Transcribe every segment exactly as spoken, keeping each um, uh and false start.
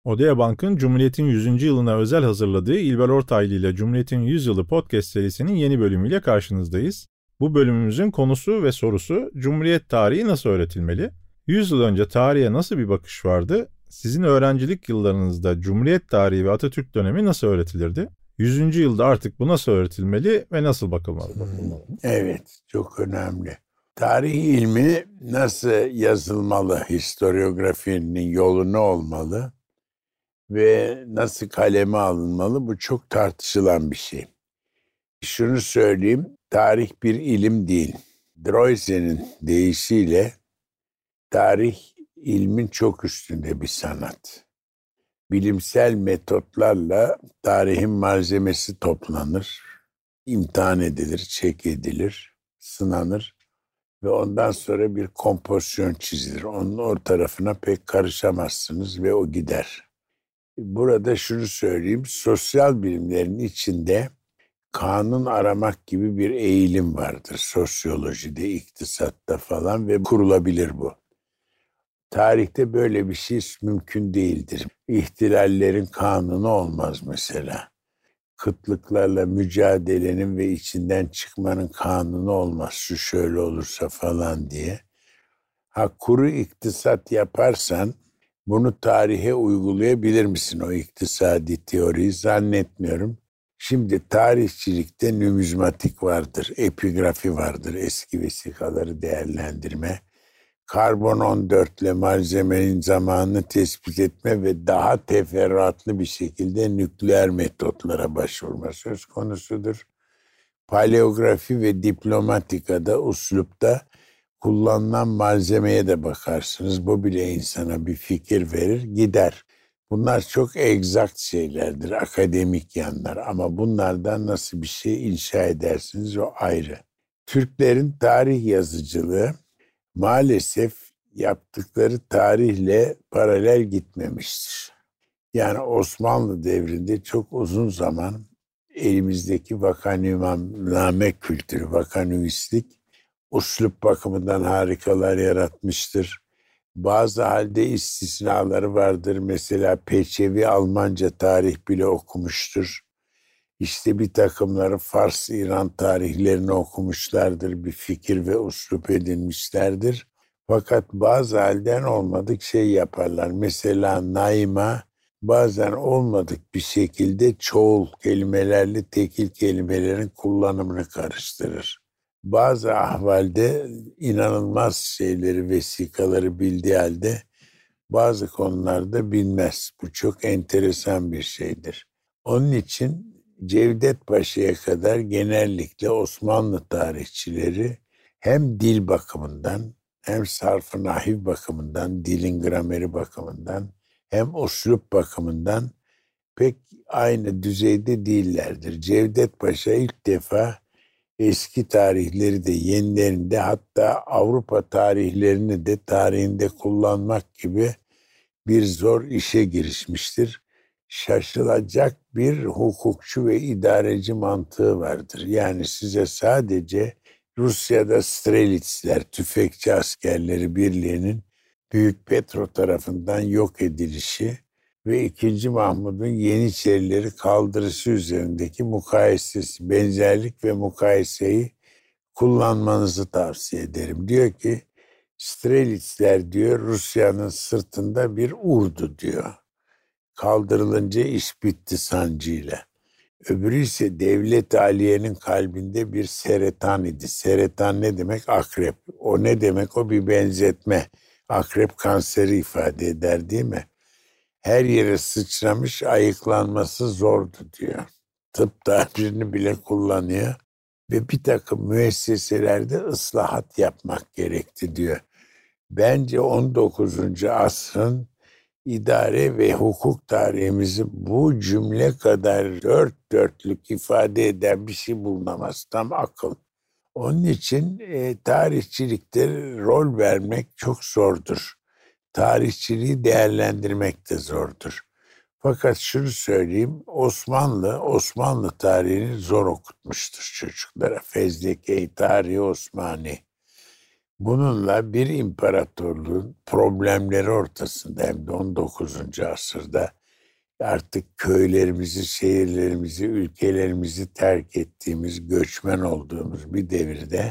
Odea Bank'ın Cumhuriyet'in yüzüncü yılına özel hazırladığı İlber Ortaylı ile Cumhuriyet'in yüz yılı podcast serisinin yeni bölümüyle karşınızdayız. Bu bölümümüzün konusu ve sorusu Cumhuriyet tarihi nasıl öğretilmeli? yüz yıl önce tarihe nasıl bir bakış vardı? Sizin öğrencilik yıllarınızda Cumhuriyet tarihi ve Atatürk dönemi nasıl öğretilirdi? yüzüncü yılda artık bu nasıl öğretilmeli ve nasıl bakılmalı? Evet, çok önemli. Tarih ilmi nasıl yazılmalı, historiografinin yolu ne olmalı ve nasıl kaleme alınmalı, bu çok tartışılan bir şey. Şunu söyleyeyim, tarih bir ilim değil. Droysen'in deyişiyle tarih ilmin çok üstünde bir sanat. Bilimsel metotlarla tarihin malzemesi toplanır, imtihan edilir, çek edilir, sınanır ve ondan sonra bir kompozisyon çizilir. Onun o tarafına pek karışamazsınız ve o gider. Burada şunu söyleyeyim, sosyal bilimlerin içinde kanun aramak gibi bir eğilim vardır. Sosyolojide, iktisatta falan ve kurulabilir bu. Tarihte böyle bir şey mümkün değildir. İhtilallerin kanunu olmaz mesela. Kıtlıklarla mücadelenin ve içinden çıkmanın kanunu olmaz. Şu şöyle olursa falan diye. Ha, kuru iktisat yaparsan bunu tarihe uygulayabilir misin o iktisadi teoriyi? Zannetmiyorum. Şimdi tarihçilikte numizmatik vardır, epigrafi vardır, eski vesikaları değerlendirme. Karbon on dört ile malzemenin zamanını tespit etme ve daha teferruatlı bir şekilde nükleer metotlara başvurma söz konusudur. Paleografi ve diplomatikada, uslupta kullanılan malzemeye de bakarsınız. Bu bile insana bir fikir verir, gider. Bunlar çok egzakt şeylerdir, akademik yanlar. Ama bunlardan nasıl bir şey inşa edersiniz o ayrı. Türklerin tarih yazıcılığı maalesef yaptıkları tarihle paralel gitmemiştir. Yani Osmanlı devrinde çok uzun zaman elimizdeki vakanüvame kültürü, vakanüvistik uslup bakımından harikalar yaratmıştır. Bazı halde istisnaları vardır. Mesela Peçevi Almanca tarih bile okumuştur. İşte bir takımları Fars, İran tarihlerini okumuşlardır. Bir fikir ve uslup edinmişlerdir. Fakat bazı halden olmadık şey yaparlar. Mesela Naima bazen olmadık bir şekilde çoğul kelimelerle tekil kelimelerin kullanımını karıştırır. Bazı ahvalde inanılmaz şeyleri, vesikaları bildiği halde bazı konularda bilmez. Bu çok enteresan bir şeydir. Onun için Cevdet Paşa'ya kadar genellikle Osmanlı tarihçileri hem dil bakımından hem sarf-ı nahiv bakımından, dilin grameri bakımından hem uslup bakımından pek aynı düzeyde değillerdir. Cevdet Paşa ilk defa eski tarihleri de yenilerinde, hatta Avrupa tarihlerini de tarihinde kullanmak gibi bir zor işe girişmiştir. Şaşılacak bir hukukçu ve idareci mantığı vardır. Yani size sadece Rusya'da Strelitzler, tüfekçi askerleri birliğinin Büyük Petro tarafından yok edilişi ve ikinci. Mahmud'un Yeniçerileri kaldırışı üzerindeki mukayesesi, benzerlik ve mukayeseyi kullanmanızı tavsiye ederim. Diyor ki Strelitzler diyor Rusya'nın sırtında bir urdu diyor. Kaldırılınca iş bitti sancıyla. Öbürü ise Devlet Aliye'nin kalbinde bir seretan idi. Seretan ne demek? Akrep. O ne demek? O bir benzetme. Akrep kanseri ifade eder değil mi? Her yere sıçramış, ayıklanması zordu diyor. Tıp tabirini bile kullanıyor. Ve bir takım müesseselerde ıslahat yapmak gerekti diyor. Bence on dokuzuncu asrın idare ve hukuk tarihimizi bu cümle kadar dört dörtlük ifade eden bir şey bulunamaz. Tam akıl. Onun için e, tarihçilikte rol vermek çok zordur. Tarihçiliği değerlendirmek de zordur. Fakat şunu söyleyeyim, Osmanlı, Osmanlı tarihini zor okutmuştur çocuklara. Fezleke-i Tarihi Osmani. Bununla bir imparatorluğun problemleri ortasında, hem de on dokuzuncu asırda artık köylerimizi, şehirlerimizi, ülkelerimizi terk ettiğimiz, göçmen olduğumuz bir devirde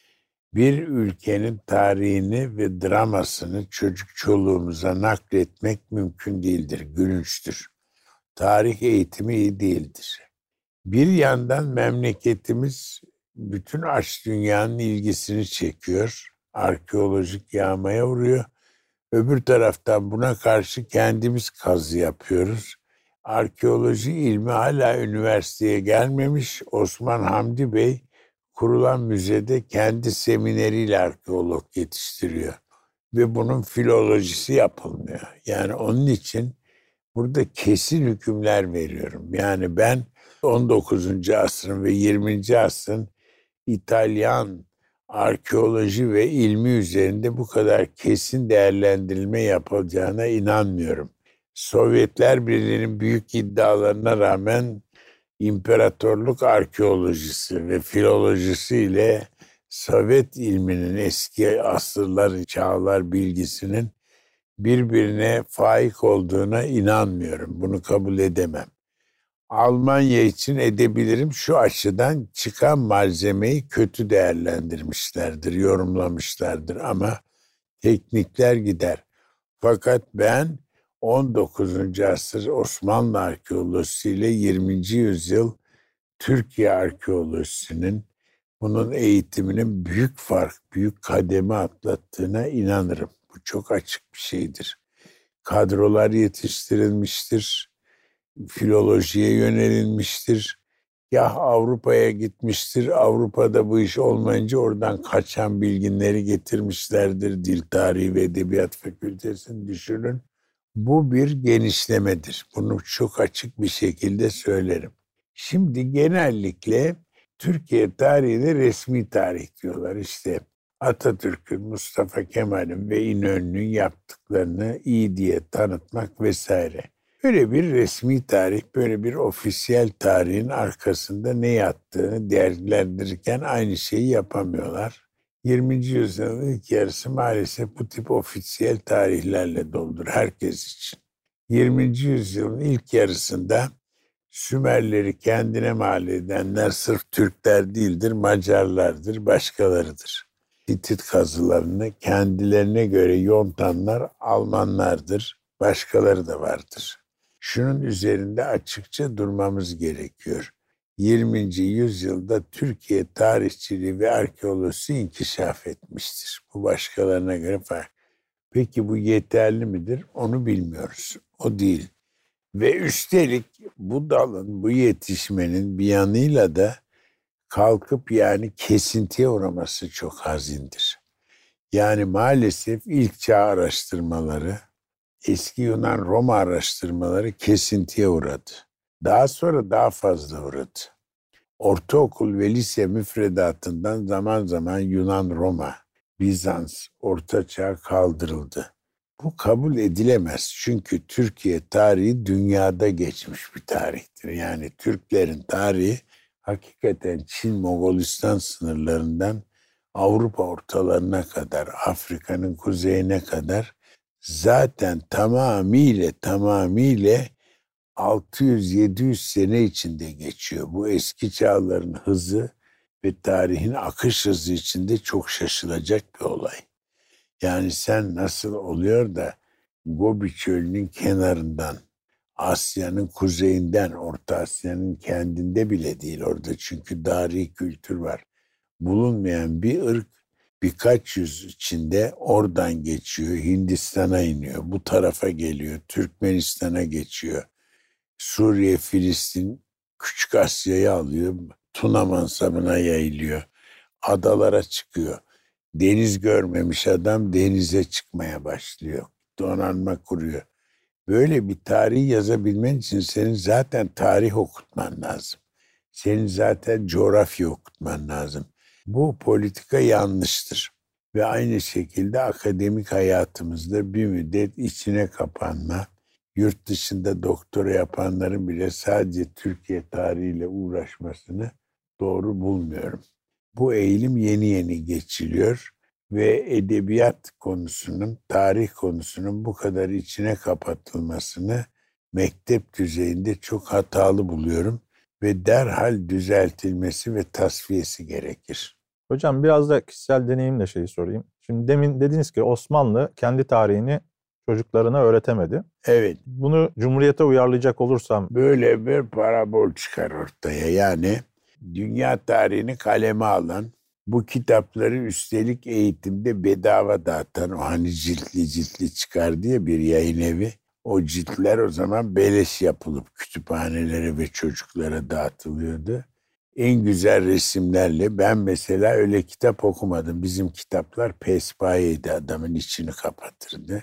bir ülkenin tarihini ve dramasını çocuk çoluğumuza nakletmek mümkün değildir, gülünçtür. Tarih eğitimi iyi değildir. Bir yandan memleketimiz bütün aç dünyanın ilgisini çekiyor, arkeolojik yağmaya vuruyor. Öbür taraftan buna karşı kendimiz kazı yapıyoruz. Arkeoloji ilmi hala üniversiteye gelmemiş. Osman Hamdi Bey kurulan müzede kendi semineriyle arkeolog yetiştiriyor. Ve bunun filolojisi yapılmıyor. Yani onun için burada kesin hükümler veriyorum. Yani ben on dokuzuncu asrın ve yirminci asrın İtalyan arkeoloji ve ilmi üzerinde bu kadar kesin değerlendirilme yapılacağına inanmıyorum. Sovyetler Birliği'nin büyük iddialarına rağmen imparatorluk arkeolojisi ve filolojisi ile Sovyet ilminin eski asırlar, çağlar bilgisinin birbirine faik olduğuna inanmıyorum. Bunu kabul edemem. Almanya için edebilirim, şu açıdan çıkan malzemeyi kötü değerlendirmişlerdir, yorumlamışlardır ama teknikler gider. Fakat ben on dokuzuncu asır Osmanlı arkeolojisi ile yirminci yüzyıl Türkiye arkeolojisinin, bunun eğitiminin büyük fark, büyük kademe atlattığına inanırım. Bu çok açık bir şeydir. Kadrolar yetiştirilmiştir, filolojiye yönelilmiştir. Yah Avrupa'ya gitmiştir. Avrupa'da bu iş olmayınca oradan kaçan bilginleri getirmişlerdir. Dil Tarihi ve Edebiyat Fakültesini düşünün. Bu bir genişlemedir. Bunu çok açık bir şekilde söylerim. Şimdi genellikle Türkiye tarihine resmi tarih diyorlar. İşte Atatürk'ün, Mustafa Kemal'in ve İnönü'nün yaptıklarını iyi diye tanıtmak vesaire. Böyle bir resmi tarih, böyle bir ofisiyel tarihin arkasında ne yattığını değerlendirirken aynı şeyi yapamıyorlar. yirminci yüzyılın ilk yarısı maalesef bu tip ofisiyel tarihlerle doldur herkes için. yirminci yüzyılın ilk yarısında Sümerleri kendine mal edenler sırf Türkler değildir, Macarlardır, başkalarıdır. Hitit kazılarını kendilerine göre yontanlar Almanlardır, başkaları da vardır. Şunun üzerinde açıkça durmamız gerekiyor. yirminci yüzyılda Türkiye tarihçiliği ve arkeolojisi inkişaf etmiştir. Bu başkalarına göre farklı. Peki bu yeterli midir? Onu bilmiyoruz. O değil. Ve üstelik bu dalın, bu yetişmenin bir yanıyla da kalkıp yani kesintiye uğraması çok hazindir. Yani maalesef ilk çağ araştırmaları, eski Yunan Roma araştırmaları kesintiye uğradı. Daha sonra daha fazla uğradı. Ortaokul ve lise müfredatından zaman zaman Yunan Roma, Bizans, Orta Çağ kaldırıldı. Bu kabul edilemez çünkü Türkiye tarihi dünyada geçmiş bir tarihtir. Yani Türklerin tarihi hakikaten Çin-Mogolistan sınırlarından Avrupa ortalarına kadar, Afrika'nın kuzeyine kadar zaten tamamıyla tamamıyla altı yüz yedi yüz sene içinde geçiyor. Bu eski çağların hızı ve tarihin akış hızı içinde çok şaşılacak bir olay. Yani sen nasıl oluyor da Gobi Çölü'nün kenarından, Asya'nın kuzeyinden, Orta Asya'nın kendinde bile değil orada çünkü tarihi kültür var. Bulunmayan bir ırk birkaç yüz içinde oradan geçiyor, Hindistan'a iniyor, bu tarafa geliyor, Türkmenistan'a geçiyor. Suriye, Filistin, Küçük Asya'yı alıyor, Tuna mansabına yayılıyor, adalara çıkıyor. Deniz görmemiş adam denize çıkmaya başlıyor, donanma kuruyor. Böyle bir tarih yazabilmen için senin zaten tarih okutman lazım. Senin zaten coğrafya okutman lazım. Bu politika yanlıştır. Ve aynı şekilde akademik hayatımızda bir müddet içine kapanma, yurt dışında doktora yapanların bile sadece Türkiye tarihiyle uğraşmasını doğru bulmuyorum. Bu eğilim yeni yeni geçiliyor ve edebiyat konusunun, tarih konusunun bu kadar içine kapatılmasını mektep düzeyinde çok hatalı buluyorum ve derhal düzeltilmesi ve tasfiyesi gerekir. Hocam biraz da kişisel deneyimle şeyi sorayım. Şimdi demin dediniz ki Osmanlı kendi tarihini çocuklarına öğretemedi. Evet. Bunu Cumhuriyete uyarlayacak olursam... Böyle bir parabol çıkar ortaya. Yani dünya tarihini kaleme alan, bu kitapları üstelik eğitimde bedava dağıtan, o hani ciltli ciltli çıkar diye bir yayın evi. O ciltler o zaman beleş yapılıp kütüphanelere ve çocuklara dağıtılıyordu. En güzel resimlerle, ben mesela öyle kitap okumadım. Bizim kitaplar pespayeydi, adamın içini kapatırdı.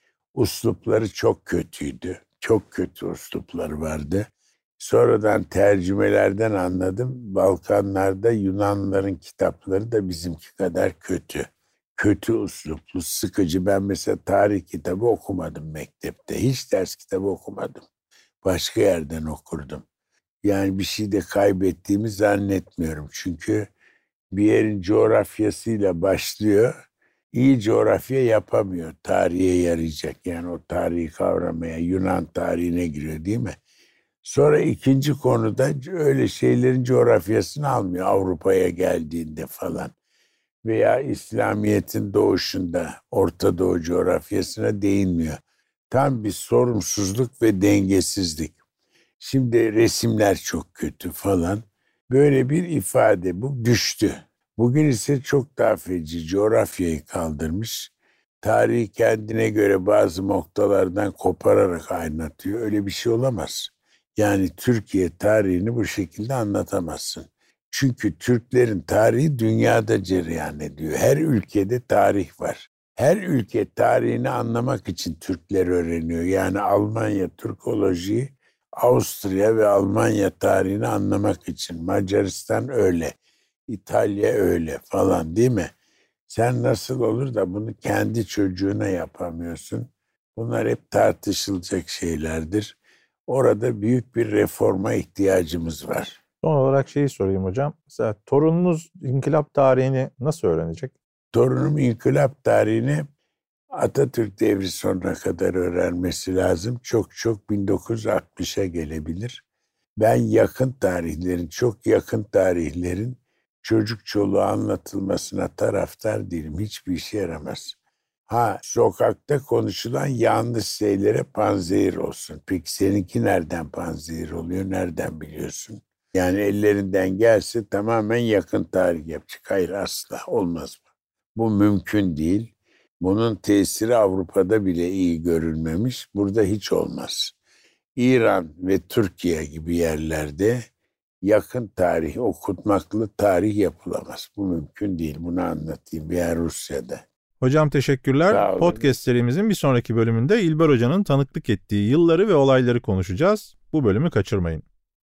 Uslupları çok kötüydü. Çok kötü uslupları vardı. Sonradan tercümelerden anladım. Balkanlarda Yunanlıların kitapları da bizimki kadar kötü. Kötü usluplu, sıkıcı. Ben mesela tarih kitabı okumadım mektepte. Hiç ders kitabı okumadım. Başka yerden okurdum. Yani bir şey de kaybettiğimi zannetmiyorum. Çünkü bir yerin coğrafyasıyla başlıyor. İyi coğrafya yapamıyor. Tarihe yarayacak. Yani o tarihi kavramaya, Yunan tarihine giriyor değil mi? Sonra ikinci konuda öyle şeylerin coğrafyasını almıyor Avrupa'ya geldiğinde falan. Veya İslamiyet'in doğuşunda Orta Doğu coğrafyasına değinmiyor. Tam bir sorumsuzluk ve dengesizlik. Şimdi resimler çok kötü falan. Böyle bir ifade bu düştü. Bugün ise çok daha feci, coğrafyayı kaldırmış. Tarihi kendine göre bazı noktalardan kopararak anlatıyor. Öyle bir şey olamaz. Yani Türkiye tarihini bu şekilde anlatamazsın. Çünkü Türklerin tarihi dünyada cereyan ediyor. Her ülkede tarih var. Her ülke tarihini anlamak için Türkler öğreniyor. Yani Almanya Türkolojiyi, Avusturya ve Almanya tarihini anlamak için. Macaristan öyle, İtalya öyle falan değil mi? Sen nasıl olur da bunu kendi çocuğuna yapamıyorsun? Bunlar hep tartışılacak şeylerdir. Orada büyük bir reforma ihtiyacımız var. Son olarak şeyi sorayım hocam. Mesela torununuz inkılap tarihini nasıl öğrenecek? Torunum inkılap tarihini Atatürk devri sonuna kadar öğrenmesi lazım. Çok çok bin dokuz yüz altmışa gelebilir. Ben yakın tarihlerin, çok yakın tarihlerin çocuk çoluğa anlatılmasına taraftar değilim. Hiçbir işe yaramaz. Ha, sokakta konuşulan yanlış şeylere panzehir olsun. Peki seninki nereden panzehir oluyor, nereden biliyorsun? Yani ellerinden gelse tamamen yakın tarih yapacak. Hayır, asla olmaz bu. Bu mümkün değil. Bunun tesiri Avrupa'da bile iyi görülmemiş. Burada hiç olmaz. İran ve Türkiye gibi yerlerde yakın tarih, okutmaklı tarih yapılamaz. Bu mümkün değil. Bunu anlatayım. Veya Rusya'da. Hocam teşekkürler. Podcast serimizin bir sonraki bölümünde İlber Hoca'nın tanıklık ettiği yılları ve olayları konuşacağız. Bu bölümü kaçırmayın.